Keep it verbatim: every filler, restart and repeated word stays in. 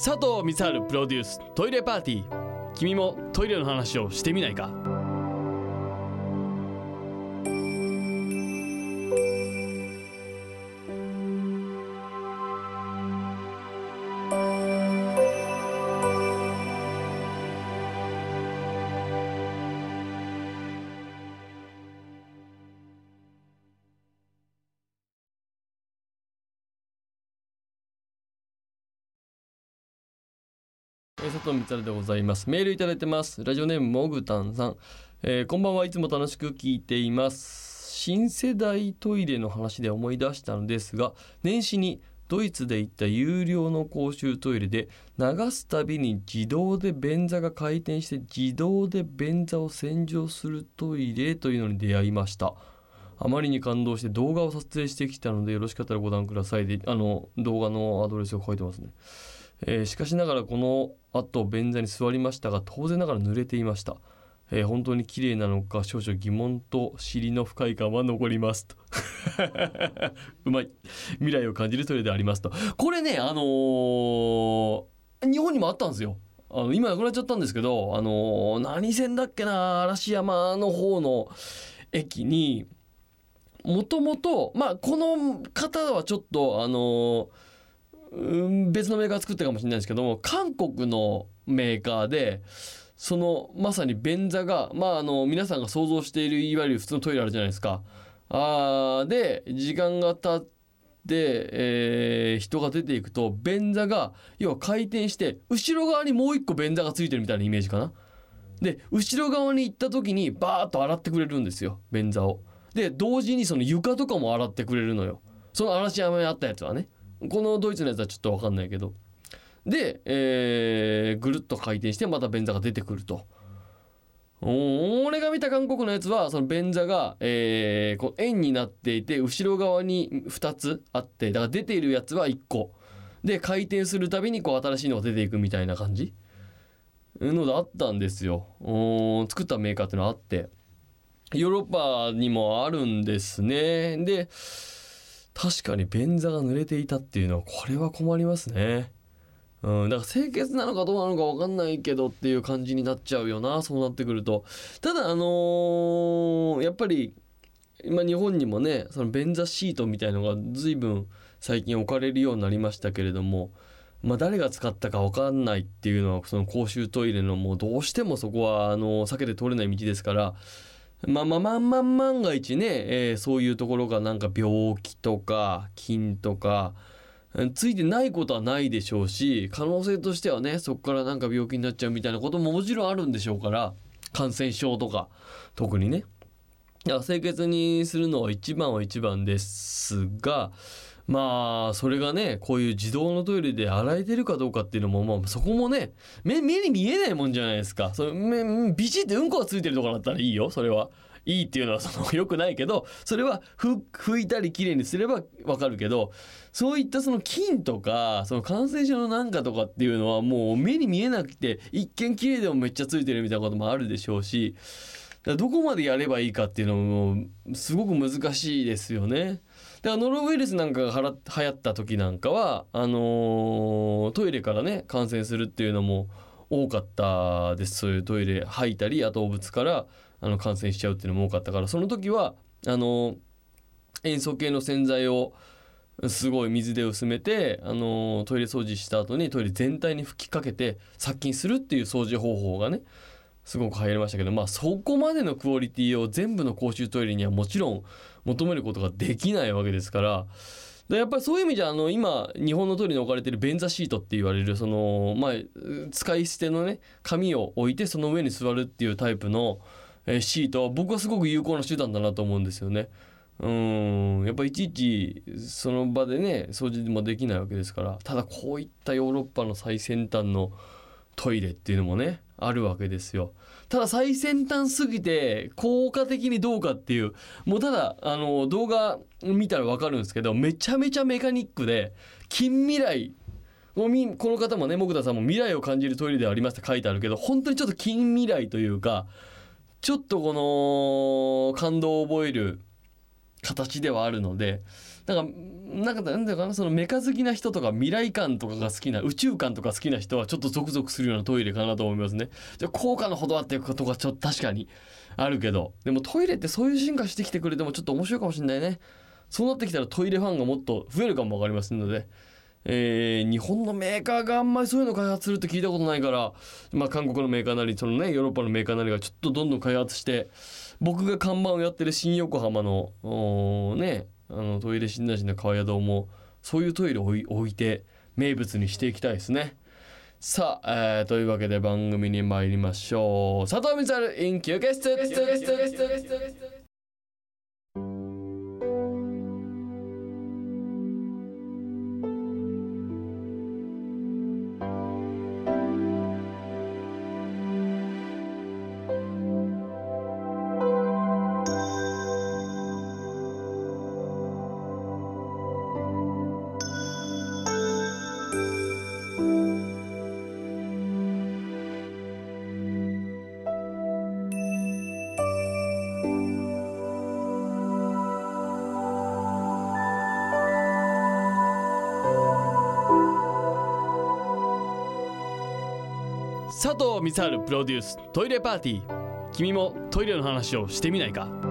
佐藤光晴プロデューストイレパーティー。君もトイレの話をしてみないか。佐藤光晴でございます。メールいただいてます。ラジオネームもぐたんさん、えー、こんばんは。いつも楽しく聞いています。新世代トイレの話で思い出したのですが、年始にドイツで行った有料の公衆トイレで流すたびに自動で便座が回転して自動で便座を洗浄するトイレというのに出会いました。あまりに感動して動画を撮影してきたので、よろしかったらご覧ください。で、あの動画のアドレスを書いてますね。えー、しかしながらこの後便座に座りましたが、当然ながら濡れていました。えー、本当に綺麗なのか少々疑問と尻の不快感は残りますとうまい。未来を感じるトイレでありますと。これね、あのー、日本にもあったんですよ。あの今なくなっちゃったんですけど、あのー、何線だっけな、嵐山の方の駅にもともと、まあこの方はちょっとあのーうん別のメーカー作ってるかもしれないですけども、韓国のメーカーでそのまさに便座が、まああの皆さんが想像しているいわゆる普通のトイレあるじゃないですか。あで時間が経って、えー、人が出ていくと便座が要は回転して後ろ側にもう一個便座がついてるみたいなイメージかな。で後ろ側に行った時にバーッと洗ってくれるんですよ、便座を。で同時にその床とかも洗ってくれるのよ、その嵐山にあったやつはね。このドイツのやつはちょっと分かんないけど、で、えー、ぐるっと回転してまた便座が出てくると。俺が見た韓国のやつはその便座が、えー、こう円になっていて後ろ側にふたつあって、だから出ているやつはいっこで回転するたびにこう新しいのが出ていくみたいな感じのがあったんですよ。作ったメーカーっていうのがあって、ヨーロッパにもあるんですね。で確かに便座が濡れていたっていうのはこれは困りますね。うん、だから清潔なのかどうなのか分かんないけどっていう感じになっちゃうよな、そうなってくると。ただあのー、やっぱり今日本にもね、その便座シートみたいのが随分最近置かれるようになりましたけれども、まあ誰が使ったか分かんないっていうのはその公衆トイレのもうどうしてもそこはあの避けて通れない道ですから。まあまあまあまあ万が一ね、えー、そういうところがなんか病気とか菌とかついてないことはないでしょうし、可能性としてはね、そこからなんか病気になっちゃうみたいなことももちろんあるんでしょうから、感染症とか特にね。だから清潔にするのは一番は一番ですが、まあそれがね、こういう自動のトイレで洗えてるかどうかっていうのも、まあそこもね、目, 目に見えないもんじゃないですか。それビシッてうんこがついてるとかだったらいいよ、それはいいっていうのはその良くないけど、それはふ拭いたりきれいにすればわかるけど、そういったその菌とかその感染症のなんかとかっていうのはもう目に見えなくて、一見きれいでもめっちゃついてるみたいなこともあるでしょうし、だからどこまでやればいいかっていうのもすごく難しいですよね。だからノロウイルスなんかがはら流行った時なんかはあのー、トイレからね感染するっていうのも多かったです。そういうトイレ吐いたり、あと動物からあの感染しちゃうっていうのも多かったから、その時はあのー、塩素系の洗剤をすごい水で薄めて、あのー、トイレ掃除した後にトイレ全体に吹きかけて殺菌するっていう掃除方法がねすごく流行りましたけど、まあそこまでのクオリティを全部の公衆トイレにはもちろん求めることができないわけですから、でやっぱりそういう意味じゃあの今日本のトイレに置かれている便座シートって言われるその、まあ、使い捨てのね紙を置いてその上に座るっていうタイプのシートは僕はすごく有効な手段だなと思うんですよね。うんやっぱいちいちその場でね掃除もできないわけですから。ただこういったヨーロッパの最先端のトイレっていうのもねあるわけですよ。ただ最先端すぎて効果的にどうかっていう、もうただあの動画見たら分かるんですけど、めちゃめちゃメカニックで近未来、この方もね木田さんも未来を感じるトイレではありますって書いてあるけど、本当にちょっと近未来というかちょっとこの感動を覚える形ではあるので、 なんかなんかなんだかな、そのメカ好きな人とか未来感とかが好きな、宇宙感とか好きな人はちょっとゾクゾクするようなトイレかなと思いますね。じゃあ効果のほどはっていうことがちょっと確かにあるけど、でもトイレってそういう進化してきてくれてもちょっと面白いかもしれないね。そうなってきたらトイレファンがもっと増えるかもわかりますので、えー、日本のメーカーがあんまりそういうの開発するって聞いたことないから、まあ、韓国のメーカーなりその、ね、ヨーロッパのメーカーなりがちょっとどんどん開発して、僕が看板をやってる新横浜の、ね、あのトイレ診断士の川宿もそういうトイレを置いて名物にしていきたいですね。さあ、えー、というわけで番組に参りましょう。佐藤光イン休憩室。佐藤光晴プロデューストイレパーティー。君もトイレの話をしてみないか。